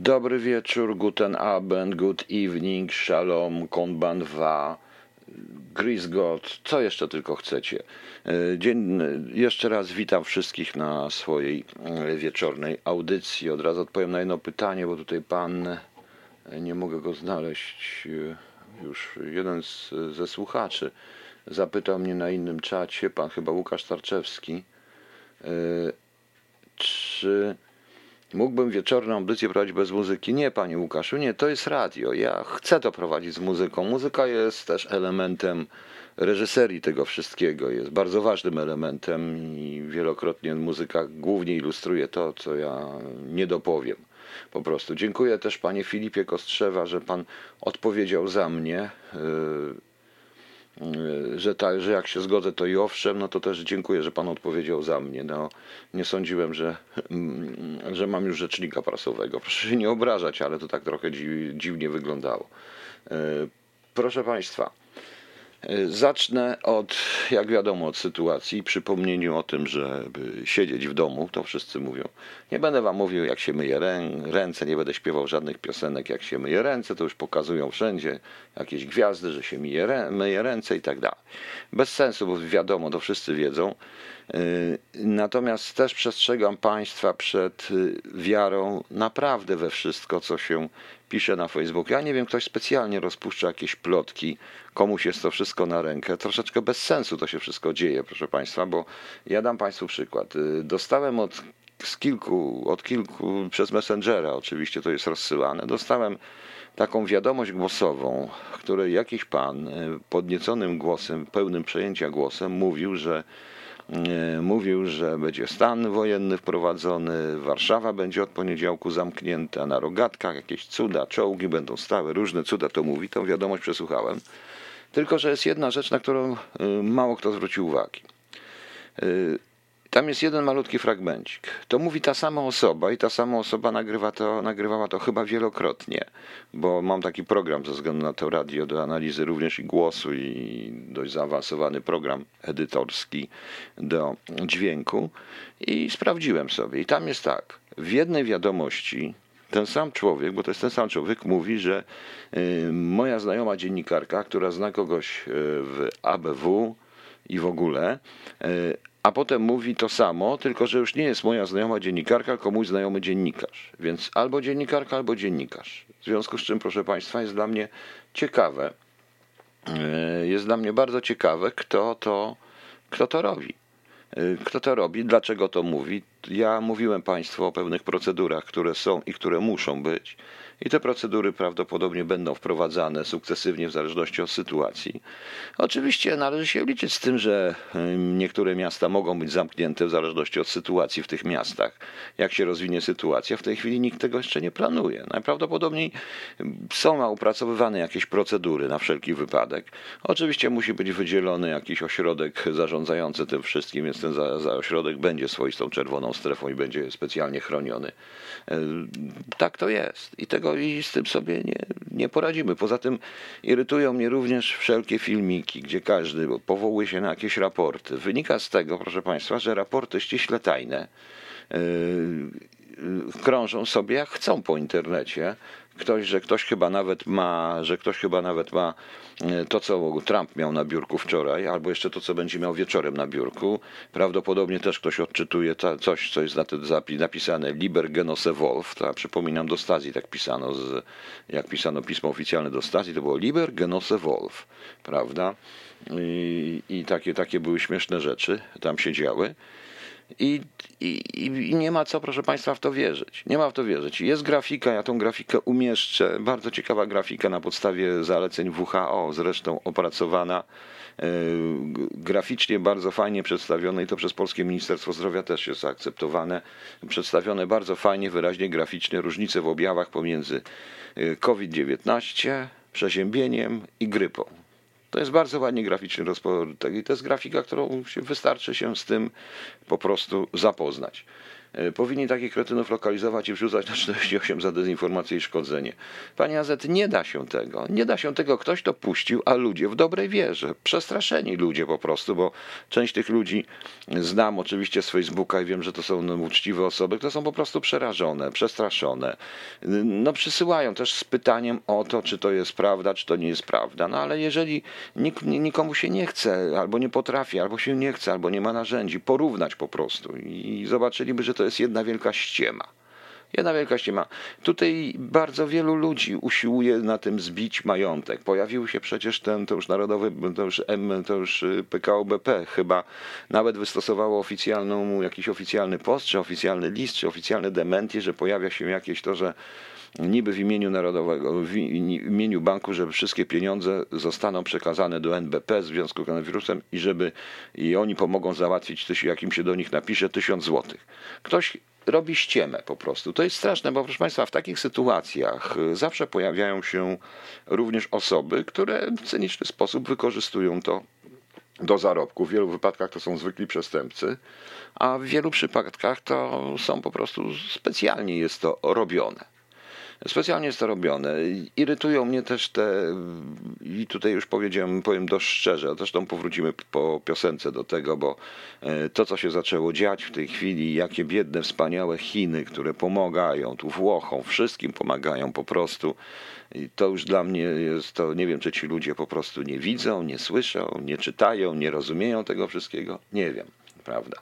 Dobry wieczór, guten Abend, good evening, shalom, konbanwa, Gris God, co jeszcze tylko chcecie. Jeszcze raz witam wszystkich na swojej wieczornej audycji. Od razu odpowiem na jedno pytanie, bo tutaj pan, nie mogę go znaleźć, już jeden ze słuchaczy zapytał mnie na innym czacie, pan chyba Łukasz Tarczewski, czy mógłbym wieczorną audycję prowadzić bez muzyki? Nie, panie Łukaszu, nie, to jest radio. Ja chcę to prowadzić z muzyką. Muzyka jest też elementem reżyserii tego wszystkiego. Jest bardzo ważnym elementem i wielokrotnie muzyka głównie ilustruje to, co ja nie dopowiem. Po prostu. Dziękuję też panie Filipie Kostrzewa, że pan odpowiedział za mnie. Że jak się zgodzę, to i owszem, no to też dziękuję, że pan odpowiedział za mnie. No, nie sądziłem, że mam już rzecznika prasowego. Proszę się nie obrażać, ale to tak trochę dziwnie wyglądało. Proszę państwa, zacznę jak wiadomo, od sytuacji i przypomnieniu o tym, żeby siedzieć w domu, to wszyscy mówią. Nie będę wam mówił, jak się myje ręce, nie będę śpiewał żadnych piosenek, jak się myje ręce, to już pokazują wszędzie jakieś gwiazdy, że się myje ręce i tak dalej. Bez sensu, bo wiadomo, to wszyscy wiedzą. Natomiast też przestrzegam państwa przed wiarą naprawdę we wszystko, co się pisze na Facebooku. Ja nie wiem, ktoś specjalnie rozpuszcza jakieś plotki, komuś jest to wszystko na rękę. Troszeczkę bez sensu to się wszystko dzieje, proszę państwa, bo ja dam państwu przykład. Dostałem od kilku przez Messengera, oczywiście to jest rozsyłane, dostałem taką wiadomość głosową, w której jakiś pan podnieconym głosem, pełnym przejęcia głosem mówił, że będzie stan wojenny wprowadzony, Warszawa będzie od poniedziałku zamknięta, na rogatkach jakieś cuda, czołgi będą stały, różne cuda to mówi, tą wiadomość przesłuchałem. Tylko że jest jedna rzecz, na którą mało kto zwrócił uwagi. Tam jest jeden malutki fragmencik. To mówi ta sama osoba i ta sama osoba nagrywała to chyba wielokrotnie, bo mam taki program ze względu na to radio do analizy również i głosu i dość zaawansowany program edytorski do dźwięku i sprawdziłem sobie. I tam jest tak, w jednej wiadomości ten sam człowiek, bo to jest ten sam człowiek, mówi, że moja znajoma dziennikarka, która zna kogoś w ABW i w ogóle, a potem mówi to samo, tylko że już nie jest moja znajoma dziennikarka, tylko mój znajomy dziennikarz. Więc albo dziennikarka, albo dziennikarz. W związku z czym, proszę państwa, jest dla mnie ciekawe, jest dla mnie bardzo ciekawe, kto to robi. Kto to robi, dlaczego to mówi. Ja mówiłem państwu o pewnych procedurach, które są i które muszą być. I te procedury prawdopodobnie będą wprowadzane sukcesywnie w zależności od sytuacji. Oczywiście należy się liczyć z tym, że niektóre miasta mogą być zamknięte w zależności od sytuacji w tych miastach. Jak się rozwinie sytuacja, w tej chwili nikt tego jeszcze nie planuje. Najprawdopodobniej są opracowywane jakieś procedury na wszelki wypadek. Oczywiście musi być wydzielony jakiś ośrodek zarządzający tym wszystkim, więc ten ośrodek będzie swoistą czerwoną strefą i będzie specjalnie chroniony. Tak to jest. I z tym sobie nie poradzimy. Poza tym irytują mnie również wszelkie filmiki, gdzie każdy powołuje się na jakieś raporty. Wynika z tego, proszę państwa, że raporty ściśle tajne krążą sobie jak chcą po internecie. Ktoś chyba nawet ma to, co Trump miał na biurku wczoraj, albo jeszcze to, co będzie miał wieczorem na biurku. Prawdopodobnie też ktoś odczytuje coś, co jest napisane Liber Genose Wolf. Przypominam, do Stasi tak pisano, jak pisano pismo oficjalne do Stasi, to było Liber Genose Wolf, prawda? I takie były śmieszne rzeczy tam się działy. I nie ma co, proszę państwa, w to wierzyć. Nie ma w to wierzyć. Jest grafika, ja tą grafikę umieszczę. Bardzo ciekawa grafika na podstawie zaleceń WHO, zresztą opracowana, graficznie bardzo fajnie przedstawione i to przez Polskie Ministerstwo Zdrowia też jest zaakceptowane. Przedstawione bardzo fajnie, wyraźnie graficznie różnice w objawach pomiędzy COVID-19, przeziębieniem i grypą. To jest bardzo ładnie graficznie rozporządzone i to jest grafika, którą wystarczy się z tym po prostu zapoznać. Powinni takich kretynów lokalizować i wrzucać na 48 za dezinformację i szkodzenie. Panie Azet, nie da się tego. Nie da się tego. Ktoś to puścił, a ludzie w dobrej wierze. Przestraszeni ludzie po prostu, bo część tych ludzi znam oczywiście z Facebooka i wiem, że to są uczciwe osoby, które są po prostu przerażone, przestraszone. No przysyłają też z pytaniem o to, czy to jest prawda, czy to nie jest prawda. No ale jeżeli nikomu się nie chce, albo nie potrafi, albo się nie chce, albo nie ma narzędzi, porównać po prostu i zobaczyliby, że to jest jedna wielka ściema. Jedna wielka ściema. Tutaj bardzo wielu ludzi usiłuje na tym zbić majątek. Pojawił się przecież to już narodowy, to już PKO BP chyba nawet wystosowało jakiś oficjalny post, czy oficjalny list, czy oficjalny dementi, że pojawia się jakieś to, że niby w imieniu narodowego, w imieniu banku, żeby wszystkie pieniądze zostaną przekazane do NBP w związku z koronawirusem i oni pomogą załatwić, jak im się do nich napisze, 1000 złotych. Ktoś robi ściemę po prostu. To jest straszne, bo proszę Państwa, w takich sytuacjach zawsze pojawiają się również osoby, które w cyniczny sposób wykorzystują to do zarobku. W wielu wypadkach to są zwykli przestępcy, a w wielu przypadkach to są po prostu specjalnie jest to robione. Specjalnie jest to robione. Irytują mnie też i tutaj już powiem dość szczerze, zresztą powrócimy po piosence do tego, bo to, co się zaczęło dziać w tej chwili, jakie biedne, wspaniałe Chiny, które pomagają tu Włochom, wszystkim pomagają po prostu, i to już dla mnie jest to, nie wiem, czy ci ludzie po prostu nie widzą, nie słyszą, nie czytają, nie rozumieją tego wszystkiego, nie wiem, prawda.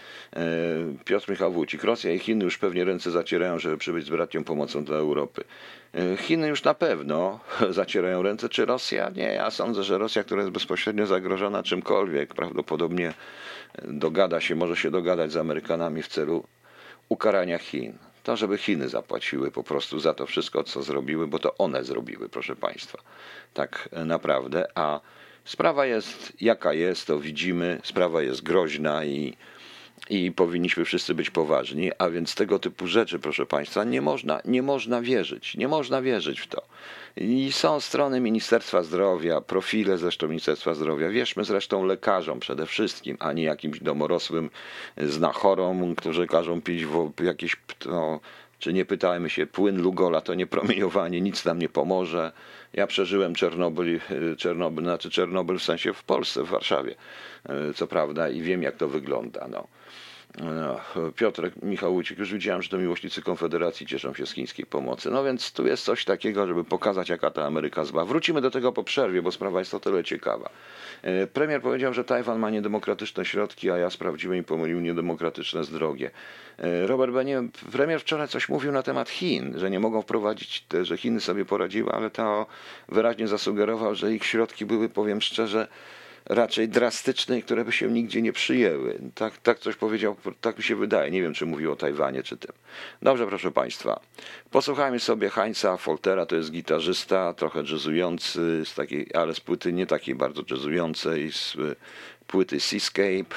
Piotr Michał Wójcik. Rosja i Chiny już pewnie ręce zacierają, żeby przybyć z bratnią pomocą do Europy. Chiny już na pewno zacierają ręce. Czy Rosja? Nie, ja sądzę, że Rosja, która jest bezpośrednio zagrożona czymkolwiek, prawdopodobnie może się dogadać z Amerykanami w celu ukarania Chin. To, żeby Chiny zapłaciły po prostu za to wszystko, co zrobiły, bo to one zrobiły, proszę Państwa. Tak naprawdę. A sprawa jest jaka jest, to widzimy. Sprawa jest groźna i powinniśmy wszyscy być poważni, a więc tego typu rzeczy, proszę Państwa, nie można wierzyć. Nie można wierzyć w to. I są strony Ministerstwa Zdrowia, profile zresztą Ministerstwa Zdrowia. Wierzmy zresztą lekarzom przede wszystkim, a nie jakimś domorosłym znachorom, którzy każą pić jakieś, czy nie pytajmy się, płyn Lugola to nie promieniowanie, nic nam nie pomoże. Ja przeżyłem Czernobyl w sensie w Polsce, w Warszawie, co prawda, i wiem, jak to wygląda. Piotr Michał Wójcik, już widziałem, że to miłośnicy Konfederacji cieszą się z chińskiej pomocy. No więc tu jest coś takiego, żeby pokazać, jaka ta Ameryka zła. Wrócimy do tego po przerwie, bo sprawa jest o tyle ciekawa. Premier powiedział, że Tajwan ma niedemokratyczne środki, a ja sprawdziłem i pomylił niedemokratyczne z drogie. Robert Benie, premier wczoraj coś mówił na temat Chin, że nie mogą wprowadzić, że Chiny sobie poradziły, ale to wyraźnie zasugerował, że ich środki były, powiem szczerze, raczej drastyczne i które by się nigdzie nie przyjęły. Tak coś powiedział, tak mi się wydaje. Nie wiem, czy mówił o Tajwanie, czy tym. Dobrze, proszę Państwa. Posłuchajmy sobie Heinza Foltera, to jest gitarzysta, trochę jazzujący, ale z płyty nie takiej bardzo jazzującej, z płyty Seascape,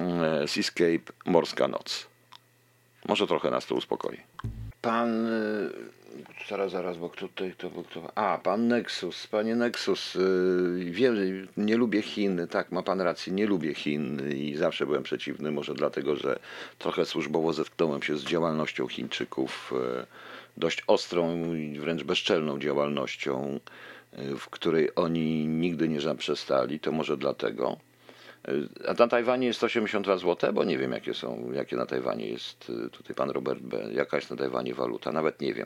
Morska Noc. Może trochę nas to uspokoi. Pan... Zaraz, bo kto? Pan Nexus. Panie Nexus, wiem, że nie lubię Chin. Tak, ma pan rację, nie lubię Chin i zawsze byłem przeciwny. Może dlatego, że trochę służbowo zetknąłem się z działalnością Chińczyków, dość ostrą i wręcz bezczelną działalnością, w której oni nigdy nie zaprzestali. To może dlatego. A na Tajwanie jest 82 zł, bo nie wiem, jakie na Tajwanie jest, tutaj pan Robert B., jaka jest na Tajwanie waluta, nawet nie wiem.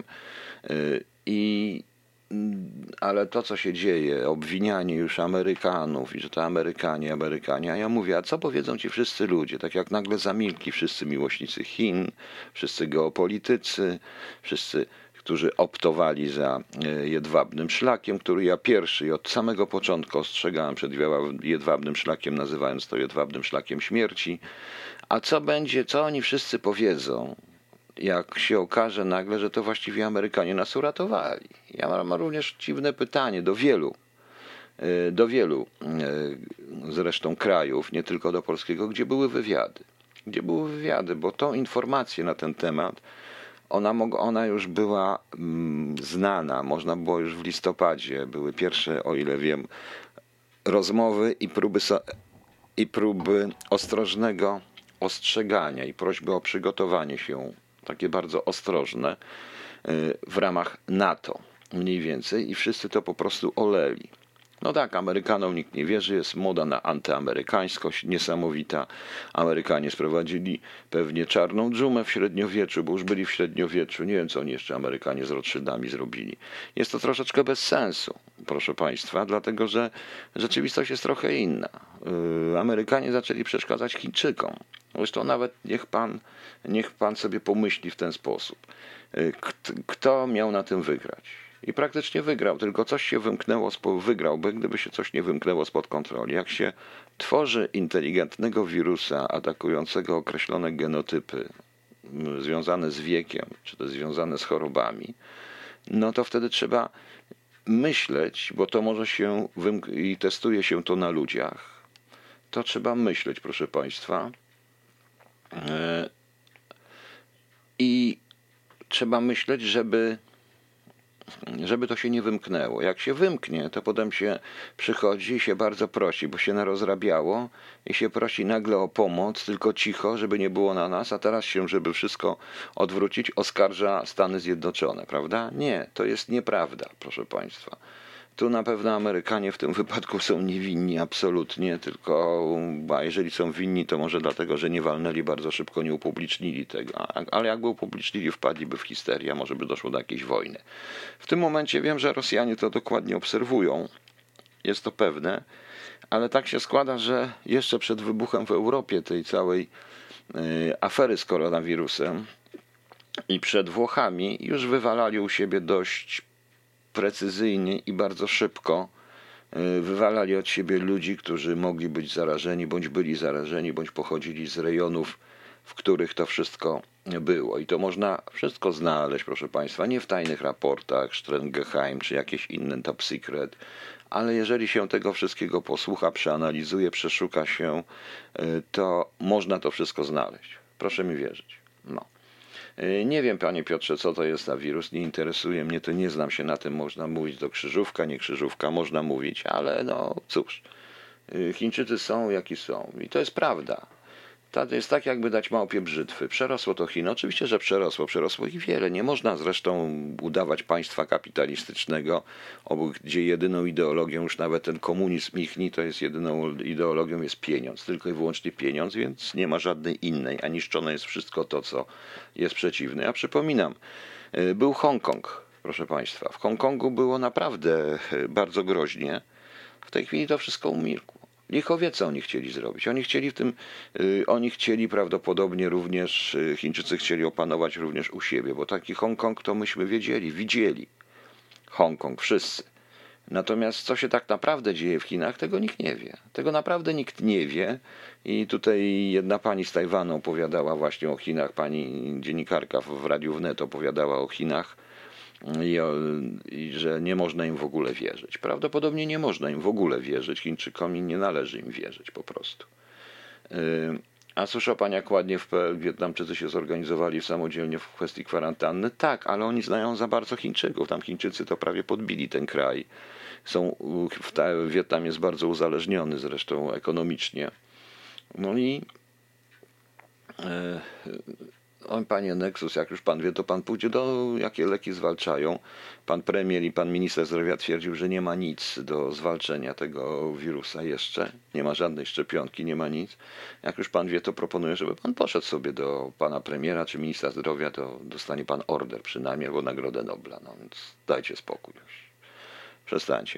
Ale to, co się dzieje, obwinianie już Amerykanów i że to Amerykanie, a ja mówię, a co powiedzą ci wszyscy ludzie, tak jak nagle zamilkli wszyscy miłośnicy Chin, wszyscy geopolitycy, wszyscy, którzy optowali za jedwabnym szlakiem, który ja pierwszy i od samego początku ostrzegałem przed jedwabnym szlakiem, nazywając to jedwabnym szlakiem śmierci. A co oni wszyscy powiedzą, jak się okaże nagle, że to właściwie Amerykanie nas uratowali? Ja mam również dziwne pytanie do wielu zresztą krajów, nie tylko do polskiego, gdzie były wywiady, bo tą informację na ten temat ona już była znana, można było już w listopadzie, były pierwsze, o ile wiem, rozmowy i próby ostrożnego ostrzegania i prośby o przygotowanie się, takie bardzo ostrożne, w ramach NATO mniej więcej i wszyscy to po prostu oleli. No tak, Amerykanom nikt nie wierzy, jest moda na antyamerykańskość niesamowita. Amerykanie sprowadzili pewnie czarną dżumę w średniowieczu, bo już byli w średniowieczu. Nie wiem, co oni jeszcze Amerykanie z Rothschildami zrobili. Jest to troszeczkę bez sensu, proszę Państwa, dlatego że rzeczywistość jest trochę inna. Amerykanie zaczęli przeszkadzać Chińczykom. Zresztą nawet niech pan sobie pomyśli w ten sposób. Kto miał na tym wygrać? I praktycznie wygrał, tylko coś się wymknęło, wygrałby, gdyby się coś nie wymknęło spod kontroli. Jak się tworzy inteligentnego wirusa atakującego określone genotypy związane z wiekiem, czy też związane z chorobami, no to wtedy trzeba myśleć, bo to może się i testuje się to na ludziach, to trzeba myśleć, proszę Państwa, i trzeba myśleć, żeby to się nie wymknęło. Jak się wymknie, to potem się przychodzi i się bardzo prosi, bo się narozrabiało i się prosi nagle o pomoc, tylko cicho, żeby nie było na nas, a teraz się, żeby wszystko odwrócić, oskarża Stany Zjednoczone, prawda? Nie, to jest nieprawda, proszę Państwa. Tu na pewno Amerykanie w tym wypadku są niewinni absolutnie, tylko a jeżeli są winni, to może dlatego, że nie walnęli bardzo szybko, nie upublicznili tego. Ale jakby upublicznili, wpadliby w histerię, a może by doszło do jakiejś wojny. W tym momencie wiem, że Rosjanie to dokładnie obserwują, jest to pewne, ale tak się składa, że jeszcze przed wybuchem w Europie tej całej afery z koronawirusem i przed Włochami już wywalali u siebie dość precyzyjnie i bardzo szybko wywalali od siebie ludzi, którzy mogli być zarażeni, bądź byli zarażeni, bądź pochodzili z rejonów, w których to wszystko było. I to można wszystko znaleźć, proszę Państwa, nie w tajnych raportach, Strenggeheim czy jakieś inne top secret, ale jeżeli się tego wszystkiego posłucha, przeanalizuje, przeszuka się, to można to wszystko znaleźć. Proszę mi wierzyć. No. Nie wiem, panie Piotrze, co to jest za wirus, nie interesuje mnie, to nie znam się na tym, można mówić to krzyżówka, nie krzyżówka, można mówić, ale no cóż, Chińczycy są jaki są i to jest prawda. To jest tak, jakby dać małpie brzytwy. Przerosło to Chiny. Oczywiście, że przerosło ich wiele. Nie można zresztą udawać państwa kapitalistycznego, gdzie jedyną ideologią, już nawet ten komunizm ichni, to jest jedyną ideologią jest pieniądz. Tylko i wyłącznie pieniądz, więc nie ma żadnej innej, a niszczone jest wszystko to, co jest przeciwne. Ja przypominam, był Hongkong, proszę państwa. W Hongkongu było naprawdę bardzo groźnie. W tej chwili to wszystko umilkło. Licho wie, co oni chcieli zrobić. Oni chcieli prawdopodobnie również, Chińczycy chcieli opanować również u siebie, bo taki Hongkong to myśmy widzieli. Hongkong, wszyscy. Natomiast co się tak naprawdę dzieje w Chinach, tego nikt nie wie. Tego naprawdę nikt nie wie. I tutaj jedna pani z Tajwanu opowiadała właśnie o Chinach, pani dziennikarka w Radiu Wnet opowiadała o Chinach. I że nie można im w ogóle wierzyć. Prawdopodobnie nie można im w ogóle wierzyć. Chińczykom i nie należy im wierzyć po prostu. A słyszał pan, jak ładnie w Wietnamczycy się zorganizowali samodzielnie w kwestii kwarantanny? Tak, ale oni znają za bardzo Chińczyków. Tam Chińczycy to prawie podbili ten kraj. Wietnam jest bardzo uzależniony zresztą ekonomicznie. No i panie Nexus, jak już pan wie, to pan pójdzie jakie leki zwalczają. Pan premier i pan minister zdrowia twierdził, że nie ma nic do zwalczenia tego wirusa jeszcze. Nie ma żadnej szczepionki, nie ma nic. Jak już pan wie, to proponuję, żeby pan poszedł sobie do pana premiera czy ministra zdrowia, to dostanie pan order przynajmniej albo Nagrodę Nobla. No więc dajcie spokój już. Przestańcie.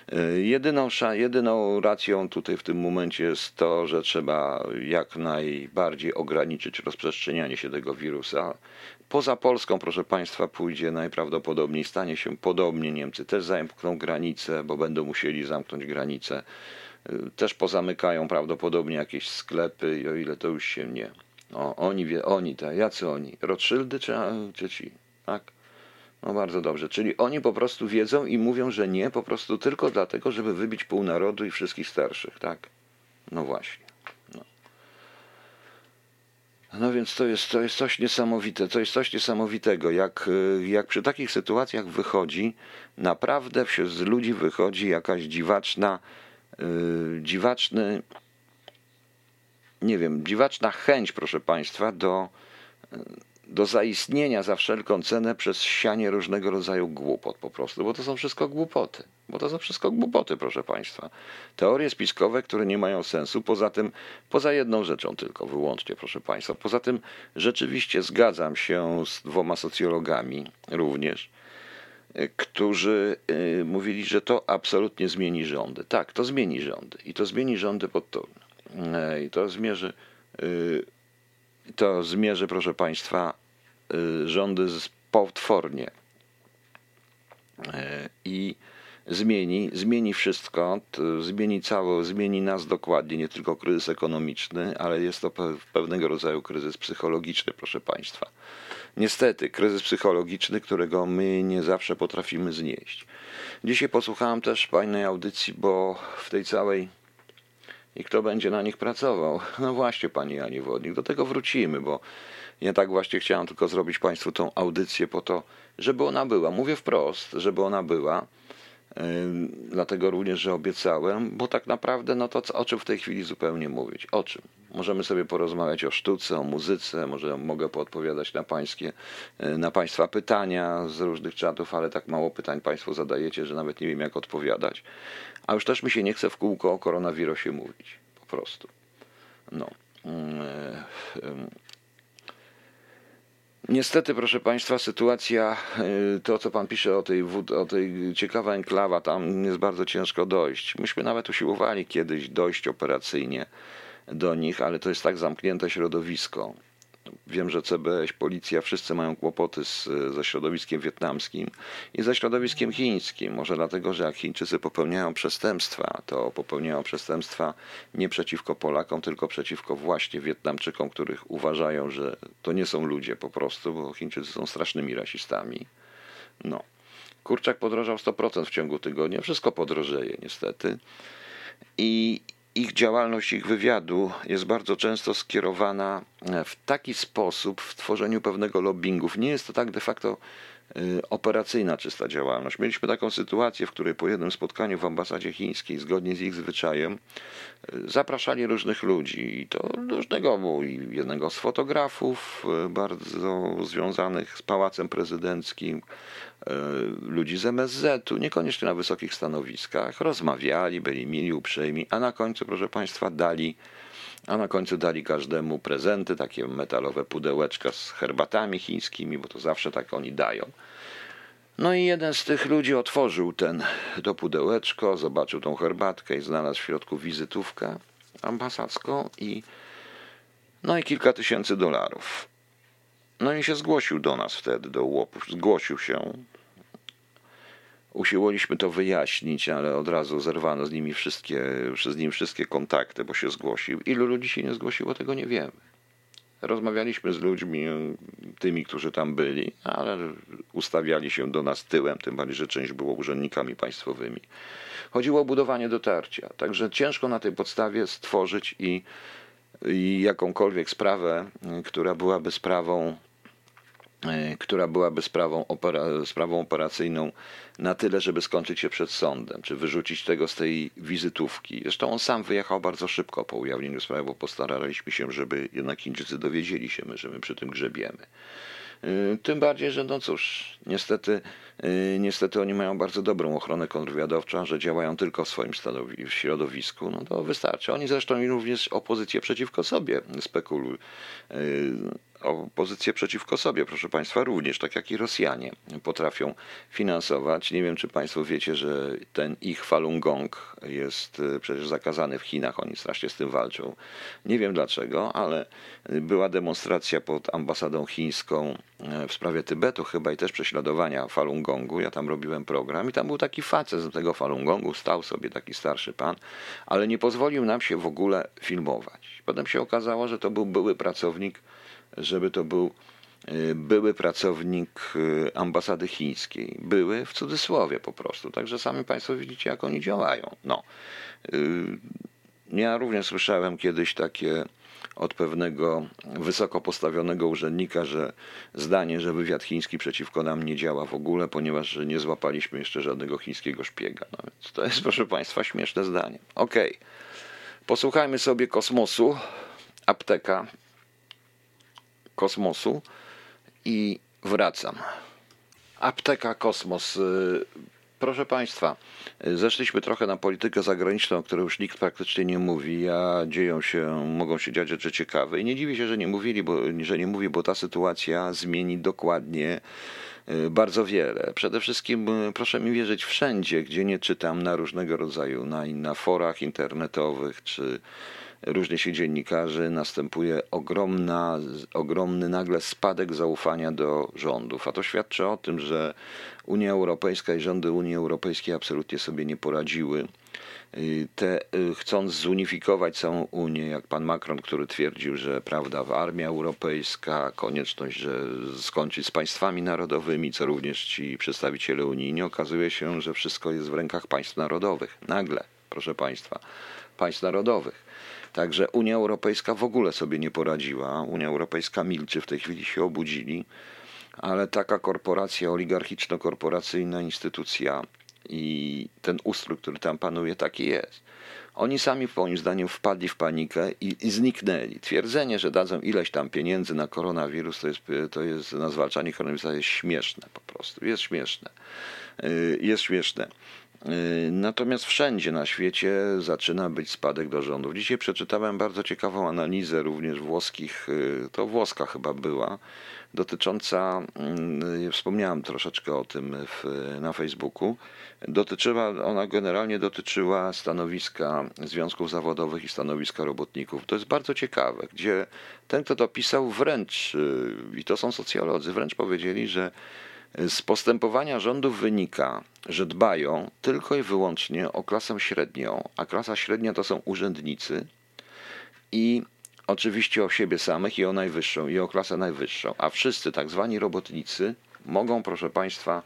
Jedyną racją tutaj w tym momencie jest to, że trzeba jak najbardziej ograniczyć rozprzestrzenianie się tego wirusa. Poza Polską, proszę Państwa, pójdzie najprawdopodobniej, stanie się podobnie. Niemcy też zamkną granicę, bo będą musieli zamknąć granicę. Też pozamykają prawdopodobnie jakieś sklepy, i o ile to już się nie... Jacy oni? Rothschildy czy ci? Tak? No bardzo dobrze, czyli oni po prostu wiedzą i mówią, że nie, po prostu tylko dlatego, żeby wybić pół narodu i wszystkich starszych, tak? No właśnie. No więc to jest coś niesamowite, to jest coś niesamowitego, jak przy takich sytuacjach wychodzi, naprawdę z ludzi wychodzi jakaś dziwaczny nie wiem, dziwaczna chęć, proszę Państwa, do zaistnienia za wszelką cenę przez sianie różnego rodzaju głupot po prostu, bo to są wszystko głupoty. Bo to są wszystko głupoty, proszę Państwa. Teorie spiskowe, które nie mają sensu, poza jedną rzeczą tylko, wyłącznie, proszę Państwa. Poza tym rzeczywiście zgadzam się z 2 socjologami również, którzy mówili, że to absolutnie zmieni rządy. Tak, to zmieni rządy. I to zmieni rządy pod to. I to zmierzy, proszę Państwa, rządy potwornie. I zmieni wszystko, zmieni nas dokładnie, nie tylko kryzys ekonomiczny, ale jest to pewnego rodzaju kryzys psychologiczny, proszę Państwa. Niestety, kryzys psychologiczny, którego my nie zawsze potrafimy znieść. Dzisiaj posłuchałem też fajnej audycji, bo w tej całej i kto będzie na nich pracował? No właśnie, pani Janie Wodnik, do tego wrócimy, bo ja tak właśnie chciałem tylko zrobić Państwu tą audycję po to, żeby ona była. Mówię wprost, żeby ona była. Dlatego również, że obiecałem, bo tak naprawdę no to o czym w tej chwili zupełnie mówić? O czym? Możemy sobie porozmawiać o sztuce, o muzyce, może mogę poodpowiadać na Państwa pytania z różnych czatów, ale tak mało pytań Państwo zadajecie, że nawet nie wiem jak odpowiadać. A już też mi się nie chce w kółko o koronawirusie mówić. Po prostu. No. Niestety, proszę Państwa, sytuacja, to co Pan pisze o tej ciekawa enklawa, tam jest bardzo ciężko dojść. Myśmy nawet usiłowali kiedyś dojść operacyjnie do nich, ale to jest tak zamknięte środowisko. Wiem, że CBŚ, policja, wszyscy mają kłopoty ze środowiskiem wietnamskim i ze środowiskiem chińskim. Może dlatego, że jak Chińczycy popełniają przestępstwa, to popełniają przestępstwa nie przeciwko Polakom, tylko przeciwko właśnie Wietnamczykom, których uważają, że to nie są ludzie po prostu, bo Chińczycy są strasznymi rasistami. No. Kurczak podrożał 100% w ciągu tygodnia. Wszystko podrożeje niestety. I ich działalność, ich wywiadu jest bardzo często skierowana w taki sposób w tworzeniu pewnego lobbingów. Nie jest to tak de facto operacyjna czysta działalność. Mieliśmy taką sytuację, w której po jednym spotkaniu w ambasadzie chińskiej, zgodnie z ich zwyczajem, zapraszali różnych ludzi i to różnego, bo i jednego z fotografów bardzo związanych z Pałacem Prezydenckim, ludzi z MSZ-u, niekoniecznie na wysokich stanowiskach, rozmawiali, byli mili, uprzejmi, a na końcu, proszę Państwa, dali każdemu prezenty, takie metalowe pudełeczka z herbatami chińskimi, bo to zawsze tak oni dają. No i jeden z tych ludzi otworzył to pudełeczko, zobaczył tą herbatkę i znalazł w środku wizytówkę ambasadzką i kilka tysięcy dolarów. No i się zgłosił do nas wtedy, do łopów. Zgłosił się. Usiłowaliśmy to wyjaśnić, ale od razu zerwano z nim wszystkie kontakty, bo się zgłosił. Ilu ludzi się nie zgłosiło, tego nie wiemy. Rozmawialiśmy z ludźmi, tymi, którzy tam byli, ale ustawiali się do nas tyłem, tym bardziej, że część było urzędnikami państwowymi. Chodziło o budowanie dotarcia. Także ciężko na tej podstawie stworzyć i jakąkolwiek sprawę, która byłaby sprawą operacyjną na tyle, żeby skończyć się przed sądem, czy wyrzucić tego z tej wizytówki. Zresztą on sam wyjechał bardzo szybko po ujawnieniu sprawy, bo postaraliśmy się, żeby jednak Chińczycy dowiedzieli się, że my przy tym grzebiemy. Tym bardziej, że no cóż, niestety oni mają bardzo dobrą ochronę kontrwywiadowczą, że działają tylko w swoim środowisku. No to wystarczy. Oni zresztą również opozycję przeciwko sobie spekulują. Opozycję przeciwko sobie, proszę Państwa, również, tak jak i Rosjanie potrafią finansować. Nie wiem, czy Państwo wiecie, że ten ich Falun Gong jest przecież zakazany w Chinach, oni strasznie z tym walczą. Nie wiem dlaczego, ale była demonstracja pod ambasadą chińską w sprawie Tybetu chyba i też prześladowania Falun Gongu. Ja tam robiłem program i tam był taki facet z tego Falun Gongu, stał sobie taki starszy pan, ale nie pozwolił nam się w ogóle filmować. Potem się okazało, że to był były pracownik ambasady chińskiej. Były w cudzysłowie po prostu. Także sami Państwo widzicie, jak oni działają. No. Ja również słyszałem kiedyś takie od pewnego wysoko postawionego urzędnika, że wywiad chiński przeciwko nam nie działa w ogóle, ponieważ nie złapaliśmy jeszcze żadnego chińskiego szpiega. No więc to jest, proszę Państwa, śmieszne zdanie. Okej. Posłuchajmy sobie kosmosu. apteka kosmosu i wracam. Apteka kosmos. Proszę Państwa, zeszliśmy trochę na politykę zagraniczną, o której już nikt praktycznie nie mówi, a mogą się dziać rzeczy ciekawe. I nie dziwię się, że nie mówi, bo ta sytuacja zmieni dokładnie bardzo wiele. Przede wszystkim proszę mi wierzyć, wszędzie, gdzie nie czytam na różnego rodzaju, na forach internetowych, czy różnie się dziennikarzy, następuje ogromny nagle spadek zaufania do rządów. A to świadczy o tym, że Unia Europejska i rządy Unii Europejskiej absolutnie sobie nie poradziły. Chcąc zunifikować całą Unię, jak pan Macron, który twierdził, że prawda, armia europejska, konieczność, że skończyć z państwami narodowymi, co również ci przedstawiciele unijni, okazuje się, że wszystko jest w rękach państw narodowych. Nagle, proszę państwa, państw narodowych. Także Unia Europejska w ogóle sobie nie poradziła. Unia Europejska milczy, w tej chwili się obudzili, ale taka korporacja, oligarchiczno-korporacyjna instytucja i ten ustrój, który tam panuje, taki jest. Oni sami, moim zdaniem, wpadli w panikę i zniknęli. Twierdzenie, że dadzą ileś tam pieniędzy na koronawirus, to jest na zwalczanie koronawirusa, jest śmieszne po prostu. Jest śmieszne. Jest śmieszne. Natomiast wszędzie na świecie zaczyna być spadek do rządów. Dzisiaj przeczytałem bardzo ciekawą analizę również włoskich, to włoska chyba była, dotycząca, wspomniałem troszeczkę o tym na Facebooku, ona generalnie dotyczyła stanowiska związków zawodowych i stanowiska robotników. To jest bardzo ciekawe, gdzie ten, kto to pisał, wręcz, i to są socjolodzy, wręcz powiedzieli, że z postępowania rządów wynika, że dbają tylko i wyłącznie o klasę średnią, a klasa średnia to są urzędnicy i oczywiście o siebie samych i o najwyższą, i o klasę najwyższą, a wszyscy tak zwani robotnicy mogą, proszę Państwa,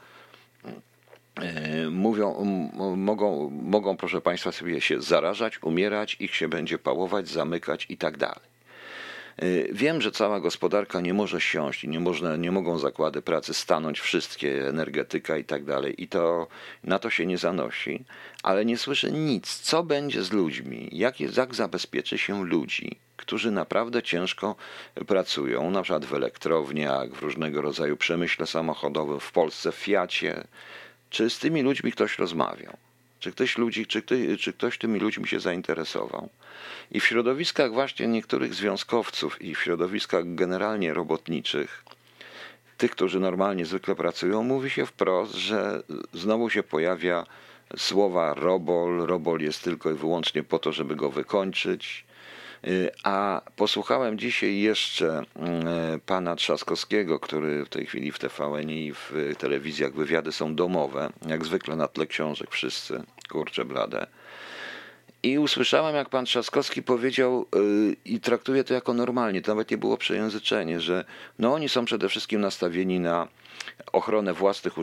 mogą, proszę Państwa, sobie się zarażać, umierać, ich się będzie pałować, zamykać i tak dalej. Wiem, że cała gospodarka nie może siąść i nie mogą zakłady pracy stanąć wszystkie, energetyka i tak dalej, i to na to się nie zanosi, ale nie słyszę nic, co będzie z ludźmi, jak zabezpieczy się ludzi, którzy naprawdę ciężko pracują, na przykład w elektrowniach, w różnego rodzaju przemyśle samochodowym, w Polsce, w Fiacie. Czy z tymi ludźmi ktoś rozmawiał? Czy ktoś tymi ludźmi się zainteresował? I w środowiskach właśnie niektórych związkowców i w środowiskach generalnie robotniczych, tych, którzy normalnie zwykle pracują, mówi się wprost, że znowu się pojawia słowa robol. Robol jest tylko i wyłącznie po to, żeby go wykończyć. A posłuchałem dzisiaj jeszcze pana Trzaskowskiego, który w tej chwili w TVN i w telewizjach wywiady są domowe, jak zwykle na tle książek wszyscy, kurcze blade. I usłyszałem, jak pan Trzaskowski powiedział i traktuje to jako normalnie, to nawet nie było przejęzyczenie, że no oni są przede wszystkim nastawieni na ochronę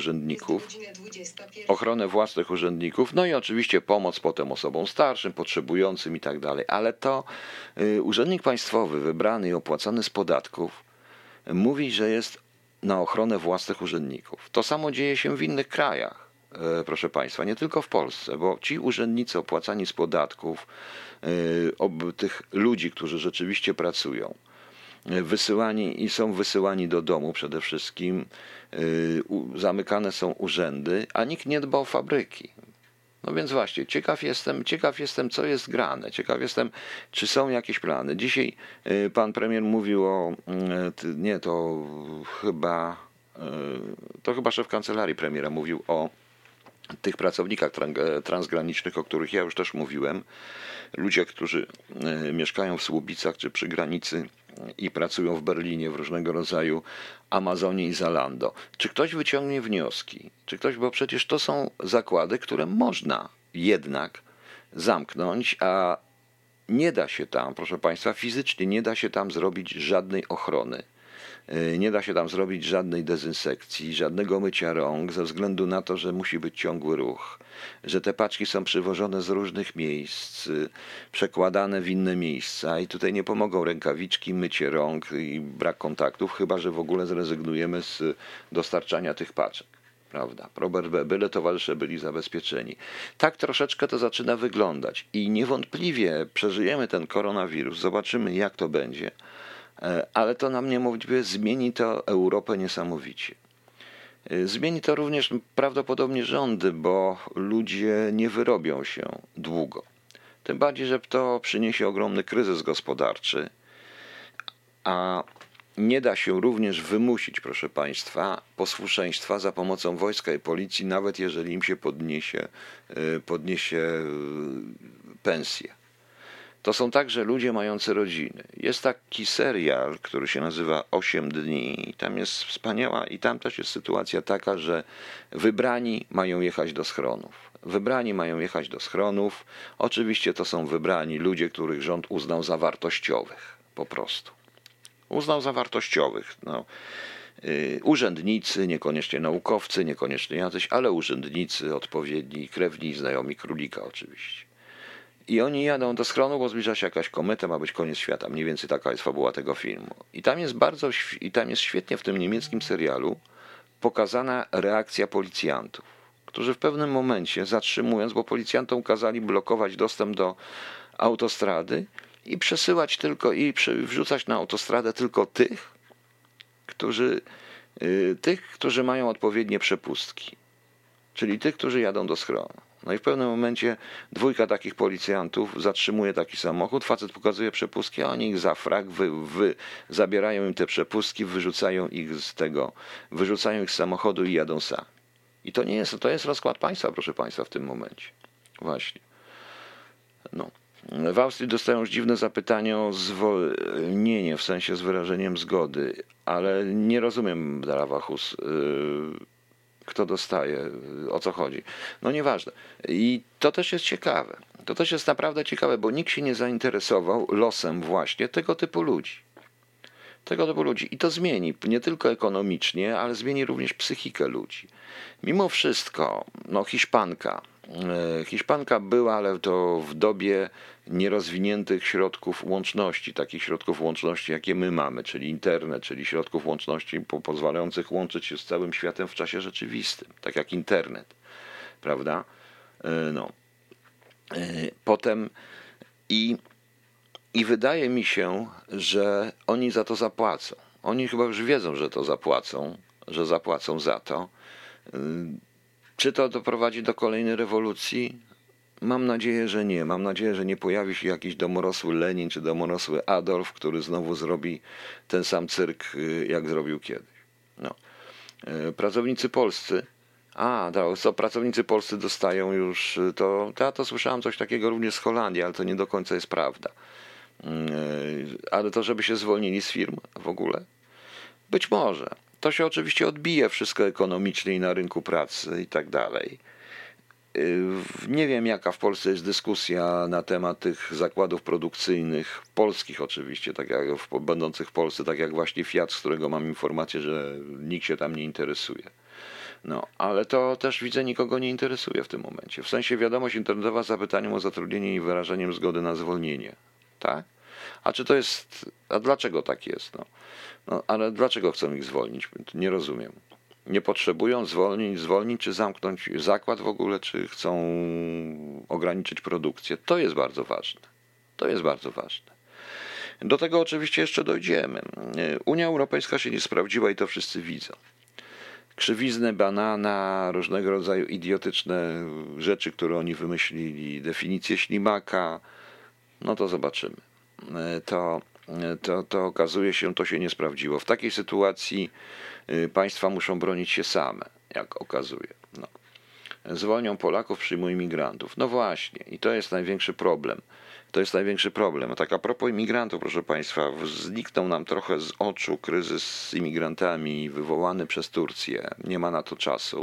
własnych urzędników, no i oczywiście pomoc potem osobom starszym, potrzebującym i tak dalej, ale to urzędnik państwowy wybrany i opłacany z podatków mówi, że jest na ochronę własnych urzędników. To samo dzieje się w innych krajach. Proszę Państwa, nie tylko w Polsce, bo ci urzędnicy opłacani z podatków, tych ludzi, którzy rzeczywiście pracują, są wysyłani do domu przede wszystkim, zamykane są urzędy, a nikt nie dba o fabryki. No więc właśnie, ciekaw jestem, co jest grane, ciekaw jestem, czy są jakieś plany. Dzisiaj pan premier mówił to chyba szef kancelarii premiera mówił o tych pracownikach transgranicznych, o których ja już też mówiłem, ludzie, którzy mieszkają w Słubicach czy przy granicy i pracują w Berlinie w różnego rodzaju Amazonie i Zalando. Czy ktoś wyciągnie wnioski? Bo przecież to są zakłady, które można jednak zamknąć, a nie da się tam, proszę Państwa, fizycznie nie da się tam zrobić żadnej ochrony. Nie da się tam zrobić żadnej dezynsekcji, żadnego mycia rąk, ze względu na to, że musi być ciągły ruch, że te paczki są przywożone z różnych miejsc, przekładane w inne miejsca i tutaj nie pomogą rękawiczki, mycie rąk i brak kontaktów, chyba że w ogóle zrezygnujemy z dostarczania tych paczek. prawda? Byle towarzysze byli zabezpieczeni. Tak troszeczkę to zaczyna wyglądać i niewątpliwie przeżyjemy ten koronawirus, zobaczymy jak to będzie, ale to nam niewątpliwie zmieni to Europę niesamowicie. Zmieni to również prawdopodobnie rządy, bo ludzie nie wyrobią się długo. Tym bardziej, że to przyniesie ogromny kryzys gospodarczy, a nie da się również wymusić, proszę Państwa, posłuszeństwa za pomocą wojska i policji, nawet jeżeli im się podniesie pensję. To są także ludzie mający rodziny. Jest taki serial, który się nazywa 8 dni. Tam jest wspaniała i tam też jest sytuacja taka, że wybrani mają jechać do schronów. Wybrani mają jechać do schronów. Oczywiście to są wybrani ludzie, których rząd uznał za wartościowych. Po prostu. Uznał za wartościowych. No. Urzędnicy, niekoniecznie naukowcy, niekoniecznie jacyś, ale urzędnicy odpowiedni, krewni, znajomi królika oczywiście. I oni jadą do schronu, bo zbliża się jakaś kometa, ma być koniec świata. Mniej więcej taka jest fabuła tego filmu. I tam jest świetnie w tym niemieckim serialu pokazana reakcja policjantów, którzy w pewnym momencie zatrzymując, bo policjantom kazali blokować dostęp do autostrady i przesyłać tylko i wrzucać na autostradę tylko tych, którzy mają odpowiednie przepustki, czyli tych, którzy jadą do schronu. No i w pewnym momencie 2 takich policjantów zatrzymuje taki samochód, facet pokazuje przepustki, a oni ich za frak zabierają im te przepustki, wyrzucają ich z samochodu i jadą sami. I to jest rozkład państwa, proszę Państwa, w tym momencie. Właśnie. No. W Austrii dostają już dziwne zapytanie o zwolnienie, w sensie z wyrażeniem zgody, ale nie rozumiem, Darawachus, kto dostaje, o co chodzi. No nieważne. I to też jest ciekawe. To też jest naprawdę ciekawe, bo nikt się nie zainteresował losem właśnie tego typu ludzi. I to zmieni nie tylko ekonomicznie, ale zmieni również psychikę ludzi. Mimo wszystko, no Hiszpanka była, ale to w dobie nierozwiniętych środków łączności, takich środków łączności, jakie my mamy, czyli internet, czyli środków łączności pozwalających łączyć się z całym światem w czasie rzeczywistym, tak jak internet, prawda? No. Potem i wydaje mi się, że oni za to zapłacą. Oni chyba już wiedzą, że zapłacą za to. Czy to doprowadzi do kolejnej rewolucji? Mam nadzieję, że nie. Mam nadzieję, że nie pojawi się jakiś domorosły Lenin czy domorosły Adolf, który znowu zrobi ten sam cyrk, jak zrobił kiedyś. No. Pracownicy polscy. Pracownicy polscy dostają już, ja to słyszałem coś takiego również z Holandii, ale to nie do końca jest prawda. Ale to, żeby się zwolnili z firm w ogóle? Być może. To się oczywiście odbije wszystko ekonomicznie i na rynku pracy i tak dalej. Nie wiem, jaka w Polsce jest dyskusja na temat tych zakładów produkcyjnych, polskich oczywiście, tak jak będących w Polsce, tak jak właśnie Fiat, z którego mam informację, że nikt się tam nie interesuje. No, ale to też widzę, nikogo nie interesuje w tym momencie. W sensie wiadomość internetowa z zapytaniem o zatrudnienie i wyrażeniem zgody na zwolnienie. Tak? A dlaczego tak jest? No, ale dlaczego chcą ich zwolnić? Nie rozumiem. Nie potrzebują zwolnić czy zamknąć zakład w ogóle, czy chcą ograniczyć produkcję. To jest bardzo ważne. Do tego oczywiście jeszcze dojdziemy. Unia Europejska się nie sprawdziła i to wszyscy widzą. Krzywiznę banana, różnego rodzaju idiotyczne rzeczy, które oni wymyślili, definicję ślimaka, no to zobaczymy. To okazuje się, to się nie sprawdziło. W takiej sytuacji państwa muszą bronić się same, jak okazuje. No. Zwolnią Polaków, przyjmują imigrantów. No właśnie, i to jest największy problem. Tak a propos imigrantów, proszę Państwa, zniknął nam trochę z oczu kryzys z imigrantami wywołany przez Turcję. Nie ma na to czasu.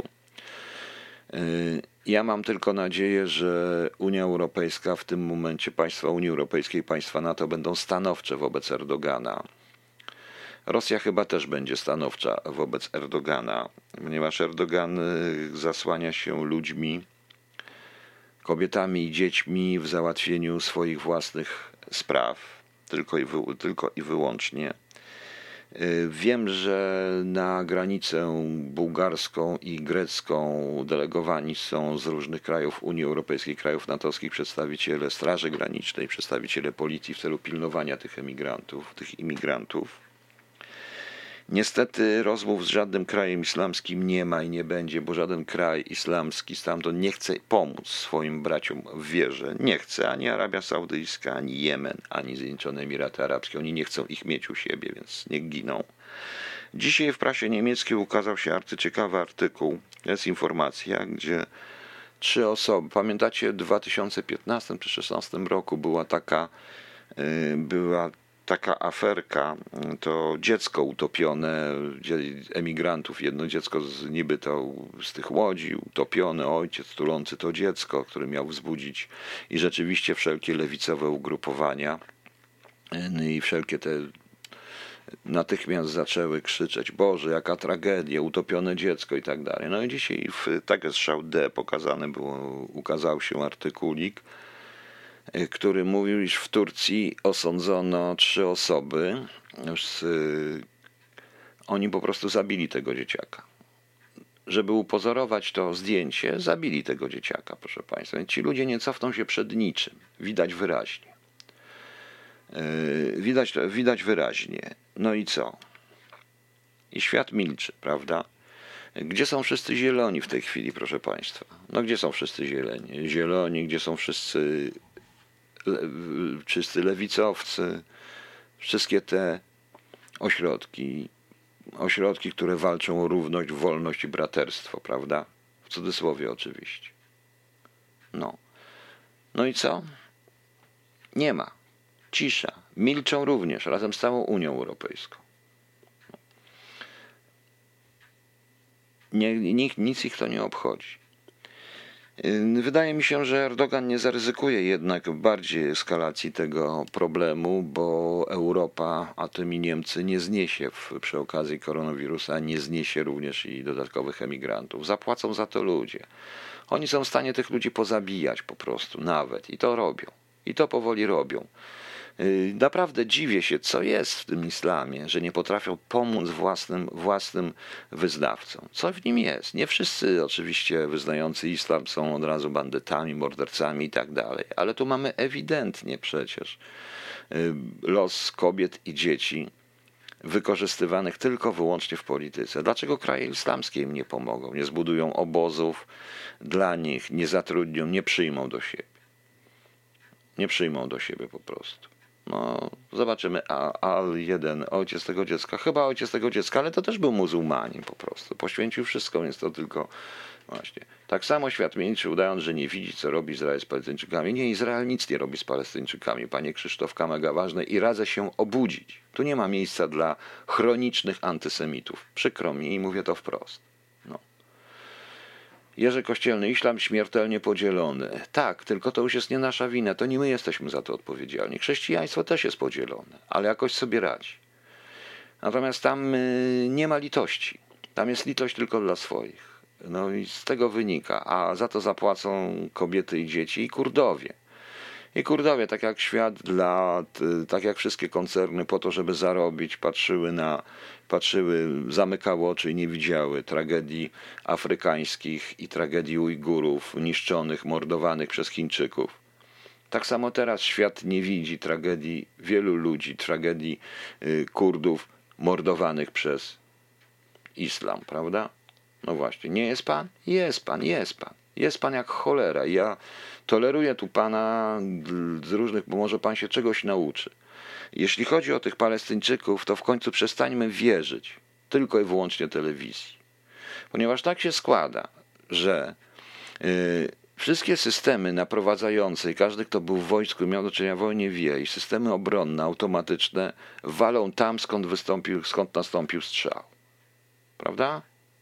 Ja mam tylko nadzieję, że Unia Europejska w tym momencie, państwa Unii Europejskiej, państwa NATO będą stanowcze wobec Erdogana. Rosja chyba też będzie stanowcza wobec Erdogana, ponieważ Erdogan zasłania się ludźmi, kobietami i dziećmi w załatwieniu swoich własnych spraw, tylko i wyłącznie. Wiem, że na granicę bułgarską i grecką delegowani są z różnych krajów Unii Europejskiej, krajów natowskich przedstawiciele Straży Granicznej, przedstawiciele policji w celu pilnowania tych imigrantów. Niestety rozmów z żadnym krajem islamskim nie ma i nie będzie, bo żaden kraj islamski stamtąd nie chce pomóc swoim braciom w wierze. Nie chce ani Arabia Saudyjska, ani Jemen, ani Zjednoczone Emiraty Arabskie. Oni nie chcą ich mieć u siebie, więc niech giną. Dzisiaj w prasie niemieckiej ukazał się arcyciekawy artykuł, jest informacja, gdzie 3 osoby, pamiętacie w 2015 czy 2016 roku była taka aferka, to dziecko utopione, emigrantów, jedno dziecko niby to z tych łodzi, utopione, ojciec tulący to dziecko, który miał wzbudzić i rzeczywiście wszelkie lewicowe ugrupowania i wszelkie te natychmiast zaczęły krzyczeć: Boże, jaka tragedia, utopione dziecko i tak dalej. No i dzisiaj w Tagesschau D ukazał się artykulik, który mówił, iż w Turcji osądzono 3 osoby. Oni po prostu zabili tego dzieciaka. Żeby upozorować to zdjęcie, zabili tego dzieciaka, proszę Państwa. Ci ludzie nie cofną się przed niczym. Widać wyraźnie. Widać wyraźnie. No i co? I świat milczy, prawda? Gdzie są wszyscy zieloni w tej chwili, proszę Państwa? No gdzie są wszyscy zieloni? Gdzie są wszyscy lewicowcy? Wszystkie te ośrodki, które walczą o równość, wolność i braterstwo, prawda? W cudzysłowie oczywiście. No i co? Nie ma. Cisza. Milczą również, razem z całą Unią Europejską. Nic ich to nie obchodzi. Wydaje mi się, że Erdogan nie zaryzykuje jednak bardziej eskalacji tego problemu, bo Europa, a tym i Niemcy, nie zniesie przy okazji koronawirusa, nie zniesie również i dodatkowych emigrantów. Zapłacą za to ludzie. Oni są w stanie tych ludzi pozabijać po prostu nawet i to robią. I to powoli robią. Naprawdę dziwię się, co jest w tym islamie, że nie potrafią pomóc własnym wyznawcom. Co w nim jest? Nie wszyscy oczywiście wyznający islam są od razu bandytami, mordercami i tak dalej, ale tu mamy ewidentnie przecież los kobiet i dzieci wykorzystywanych tylko wyłącznie w polityce. Dlaczego kraje islamskie im nie pomogą? Nie zbudują obozów dla nich, nie zatrudnią, nie przyjmą do siebie. Nie przyjmą do siebie po prostu. No, zobaczymy. Al-Jeden, ojciec tego dziecka, chyba ojciec tego dziecka, ale to też był muzułmanin po prostu. Poświęcił wszystko, więc to tylko właśnie. Tak samo świat milczy, udając, że nie widzi, co robi Izrael z Palestyńczykami. Nie, Izrael nic nie robi z Palestyńczykami, panie Krzysztof Kamega, ważne i radzę się obudzić. Tu nie ma miejsca dla chronicznych antysemitów. Przykro mi i mówię to wprost. Jerzy Kościelny, islam śmiertelnie podzielony. Tak, tylko to już jest nie nasza wina, to nie my jesteśmy za to odpowiedzialni. Chrześcijaństwo też jest podzielone, ale jakoś sobie radzi. Natomiast tam nie ma litości. Tam jest litość tylko dla swoich. No i z tego wynika, a za to zapłacą kobiety i dzieci i Kurdowie. I Kurdowie, tak jak świat tak jak wszystkie koncerny po to, żeby zarobić, zamykały oczy i nie widziały tragedii afrykańskich i tragedii Ujgurów, niszczonych, mordowanych przez Chińczyków. Tak samo teraz świat nie widzi tragedii wielu ludzi, tragedii Kurdów mordowanych przez islam, prawda? No właśnie, nie jest pan? Jest pan, jest pan. Jest pan jak cholera. Ja toleruję tu pana z różnych, bo może pan się czegoś nauczy. Jeśli chodzi o tych Palestyńczyków, to w końcu przestańmy wierzyć tylko i wyłącznie telewizji. Ponieważ tak się składa, że wszystkie systemy naprowadzające i każdy, kto był w wojsku i miał do czynienia w wojnie, wie, i systemy obronne, automatyczne walą tam, skąd nastąpił strzał. Prawda?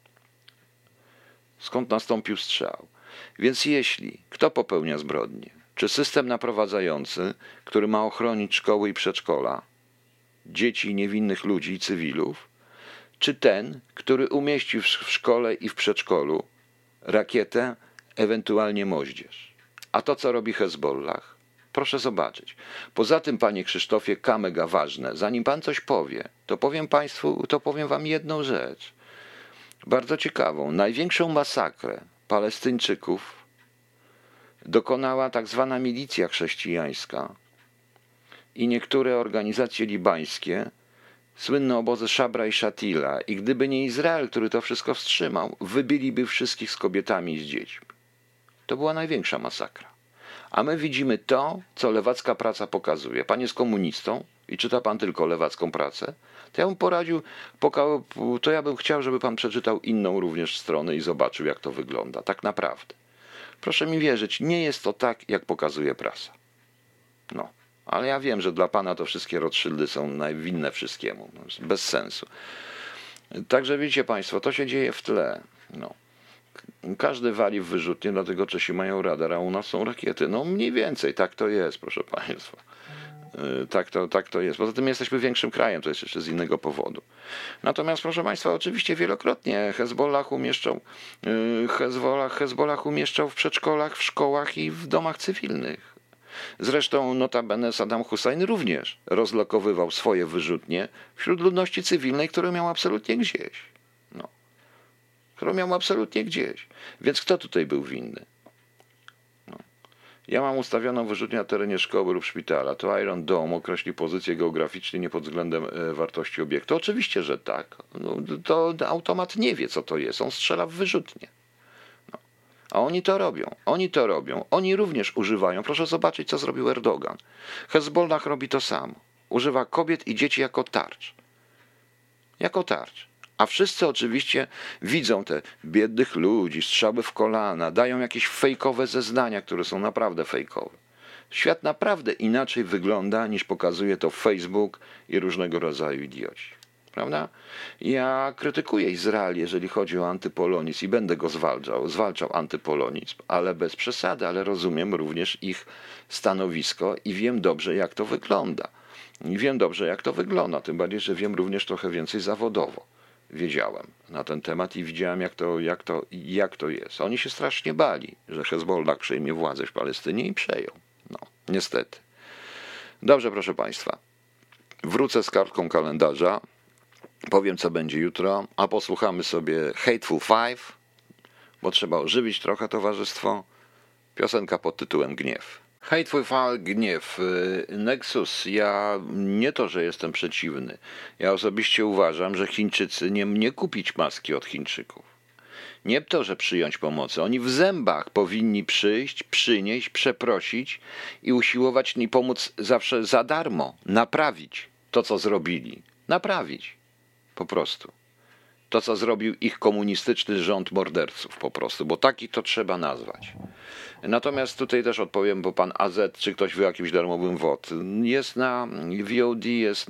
Skąd nastąpił strzał. Więc jeśli kto popełnia zbrodnię, czy system naprowadzający, który ma ochronić szkoły i przedszkola, dzieci i niewinnych ludzi i cywilów, czy ten, który umieści w szkole i w przedszkolu rakietę, ewentualnie moździerz. A to, co robi Hezbollah, Proszę zobaczyć. Poza tym, panie Krzysztofie, mega ważne, zanim pan coś powie, to powiem wam jedną rzecz. Bardzo ciekawą. Największą masakrę Palestyńczyków dokonała tak zwana milicja chrześcijańska i niektóre organizacje libańskie, słynne obozy Szabra i Szatila. I gdyby nie Izrael, który to wszystko wstrzymał, wybiliby wszystkich z kobietami i z dziećmi. To była największa masakra. A my widzimy to, co lewacka praca pokazuje. Pan jest komunistą i czyta pan tylko lewacką pracę, to ja bym poradził, to ja bym chciał, żeby pan przeczytał inną również stronę i zobaczył, jak to wygląda. Tak naprawdę. Proszę mi wierzyć, nie jest to tak, jak pokazuje prasa. No, ale ja wiem, że dla pana to wszystkie Rothschildy są najwinne wszystkiemu. Bez sensu. Także widzicie państwo, to się dzieje w tle. No. Każdy wali w wyrzutnie, dlatego Czesi mają radar, a u nas są rakiety. No mniej więcej, tak to jest, proszę państwa. Tak to jest. Poza tym jesteśmy większym krajem, to jest jeszcze z innego powodu. Natomiast, proszę państwa, oczywiście wielokrotnie Hezbollah umieszczał w przedszkolach, w szkołach i w domach cywilnych. Zresztą notabene Saddam Hussein również rozlokowywał swoje wyrzutnie wśród ludności cywilnej, którą miał absolutnie gdzieś. No. Którą miał absolutnie gdzieś. Więc kto tutaj był winny? No. Ja mam ustawioną wyrzutnię na terenie szkoły lub szpitala. To Iron Dome określi pozycję geograficznie nie pod względem wartości obiektu. Oczywiście, że tak. No, to automat nie wie, co to jest. On strzela w wyrzutnię. No. A oni to robią. Oni również używają. Proszę zobaczyć, co zrobił Erdogan. Hezbollah robi to samo. Używa kobiet i dzieci jako tarcz. A wszyscy oczywiście widzą te biednych ludzi, strzały w kolana, dają jakieś fejkowe zeznania, które są naprawdę fejkowe. Świat naprawdę inaczej wygląda, niż pokazuje to Facebook i różnego rodzaju idioci. Prawda? Ja krytykuję Izrael, jeżeli chodzi o antypolonizm i będę go zwalczał antypolonizm, ale bez przesady, ale rozumiem również ich stanowisko i wiem dobrze, jak to wygląda. Tym bardziej, że wiem również trochę więcej zawodowo. Wiedziałem na ten temat i widziałem, jak to jest. Oni się strasznie bali, że Hezbollah przejmie władzę w Palestynie i przejął. No, niestety. Dobrze, proszę państwa. Wrócę z kartką kalendarza. Powiem, co będzie jutro, a posłuchamy sobie Hateful Five, bo trzeba ożywić trochę towarzystwo. Piosenka pod tytułem Gniew. Hateful Five, Gniew. Nexus, ja nie to, że jestem przeciwny. Ja osobiście uważam, że Chińczycy nie kupić maski od Chińczyków. Nie to, że przyjąć pomocy. Oni w zębach powinni przynieść, przeprosić i usiłować i pomóc zawsze za darmo. Naprawić to, co zrobili. Naprawić. Po prostu. To, co zrobił ich komunistyczny rząd morderców po prostu, bo taki to trzeba nazwać. Natomiast tutaj też odpowiem, bo pan AZ, czy ktoś w jakimś darmowym WOT, jest na VOD,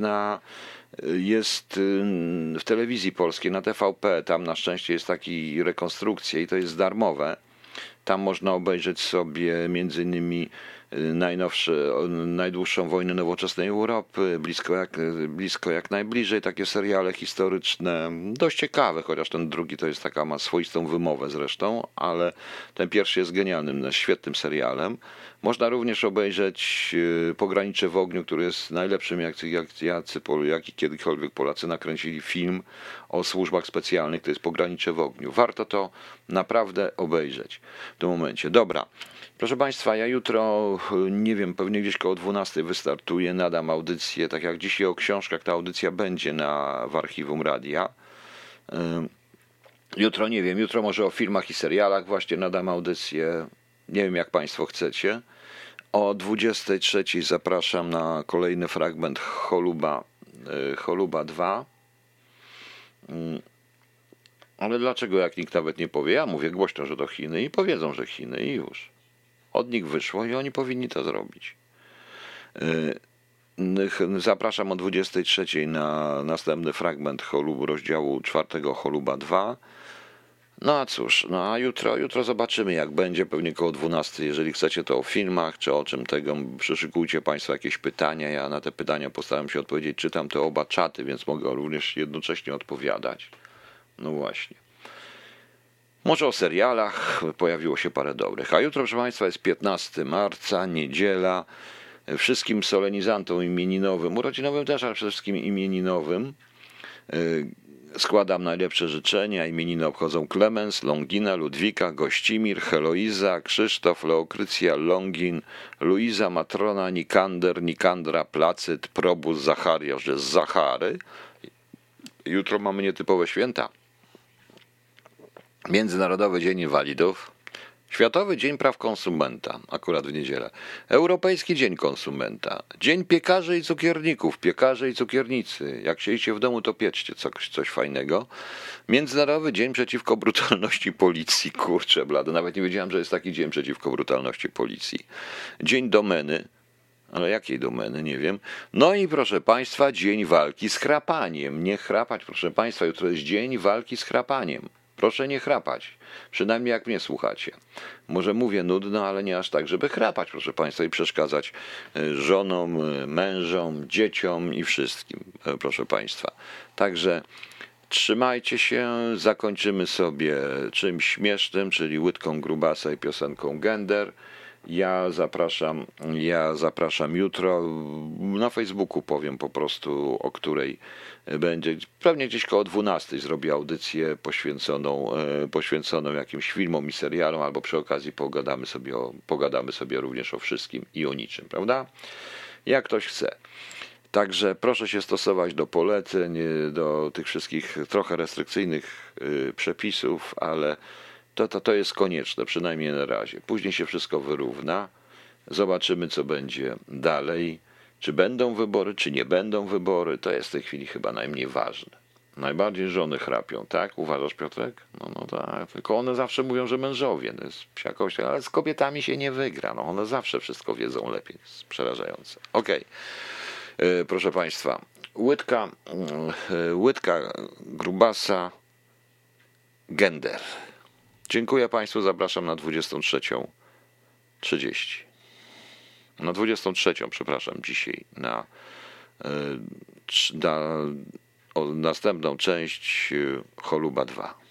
jest w telewizji polskiej, na TVP, tam na szczęście jest taki rekonstrukcja i to jest darmowe. Tam można obejrzeć sobie między innymi najdłuższą wojnę nowoczesnej Europy, blisko jak najbliżej, takie seriale historyczne, dość ciekawe, chociaż ten drugi to jest taka, ma swoistą wymowę zresztą, ale ten pierwszy jest genialnym, świetnym serialem. Można również obejrzeć Pogranicze w ogniu, który jest najlepszym, jaki kiedykolwiek Polacy nakręcili film o służbach specjalnych, to jest Pogranicze w ogniu. Warto to naprawdę obejrzeć w tym momencie. Dobra. Proszę państwa, ja jutro, nie wiem, pewnie gdzieś koło 12 wystartuję, nadam audycję, tak jak dzisiaj o książkach, ta audycja będzie w archiwum radia. Jutro nie wiem, jutro może o filmach i serialach właśnie nadam audycję, nie wiem jak państwo chcecie. O 23 zapraszam na kolejny fragment Choluba 2. Ale dlaczego jak nikt nawet nie powie? Ja mówię głośno, że to Chiny i powiedzą, że Chiny i już. Od nich wyszło i oni powinni to zrobić. Zapraszam o 23 na następny fragment rozdziału 4 Choluba 2. No a cóż, a jutro zobaczymy jak będzie, pewnie koło 12. Jeżeli chcecie to o filmach czy o czym tego, przyszykujcie państwo jakieś pytania. Ja na te pytania postaram się odpowiedzieć. Czytam te oba czaty, więc mogę również jednocześnie odpowiadać. No właśnie. Może o serialach, pojawiło się parę dobrych. A jutro, proszę Państwa, jest 15 marca, niedziela. Wszystkim solenizantom imieninowym, urodzinowym też, ale przede wszystkim imieninowym, składam najlepsze życzenia. Imieniny obchodzą Klemens, Longina, Ludwika, Gościmir, Heloiza, Krzysztof, Leokrycja, Longin, Luiza, Matrona, Nikander, Nikandra, Placyt, Probus, Zachariasz, z Zachary. Jutro mamy nietypowe święta. Międzynarodowy Dzień Inwalidów, Światowy Dzień Praw Konsumenta, akurat w niedzielę, Europejski Dzień Konsumenta, Dzień Piekarzy i Cukierników, piekarze i cukiernicy, jak siedzicie w domu, to pieczcie coś fajnego, Międzynarodowy Dzień Przeciwko Brutalności Policji, kurczę blady, nawet nie wiedziałem, że jest taki dzień przeciwko brutalności policji, Dzień Domeny, ale jakiej domeny, nie wiem. No i proszę Państwa, Dzień Walki z Chrapaniem. Nie chrapać, proszę Państwa, jutro jest Dzień Walki z Chrapaniem. Proszę nie chrapać, przynajmniej jak mnie słuchacie. Może mówię nudno, ale nie aż tak, żeby chrapać, proszę Państwa, i przeszkadzać żonom, mężom, dzieciom i wszystkim, proszę Państwa. Także trzymajcie się, zakończymy sobie czymś śmiesznym, czyli łydką Grubasa i piosenką Gender. Ja zapraszam jutro, na Facebooku powiem po prostu, o której będzie, pewnie gdzieś koło 12 zrobię audycję poświęconą jakimś filmom i serialom, albo przy okazji pogadamy sobie również o wszystkim i o niczym, prawda? Jak ktoś chce. Także proszę się stosować do poleceń, do tych wszystkich trochę restrykcyjnych przepisów, ale to jest konieczne, przynajmniej na razie. Później się wszystko wyrówna. Zobaczymy, co będzie dalej. Czy będą wybory, czy nie będą wybory. To jest w tej chwili chyba najmniej ważne. Najbardziej żony chrapią, tak? Uważasz, Piotrek? No tak. Tylko one zawsze mówią, że mężowie. To jest psiakość, ale z kobietami się nie wygra. No one zawsze wszystko wiedzą lepiej. To jest przerażające. Okej. Proszę Państwa. Łydka Grubasa. Gender. Dziękuję Państwu, zapraszam na 23:30. Na 23, przepraszam, dzisiaj na następną część Choluba 2.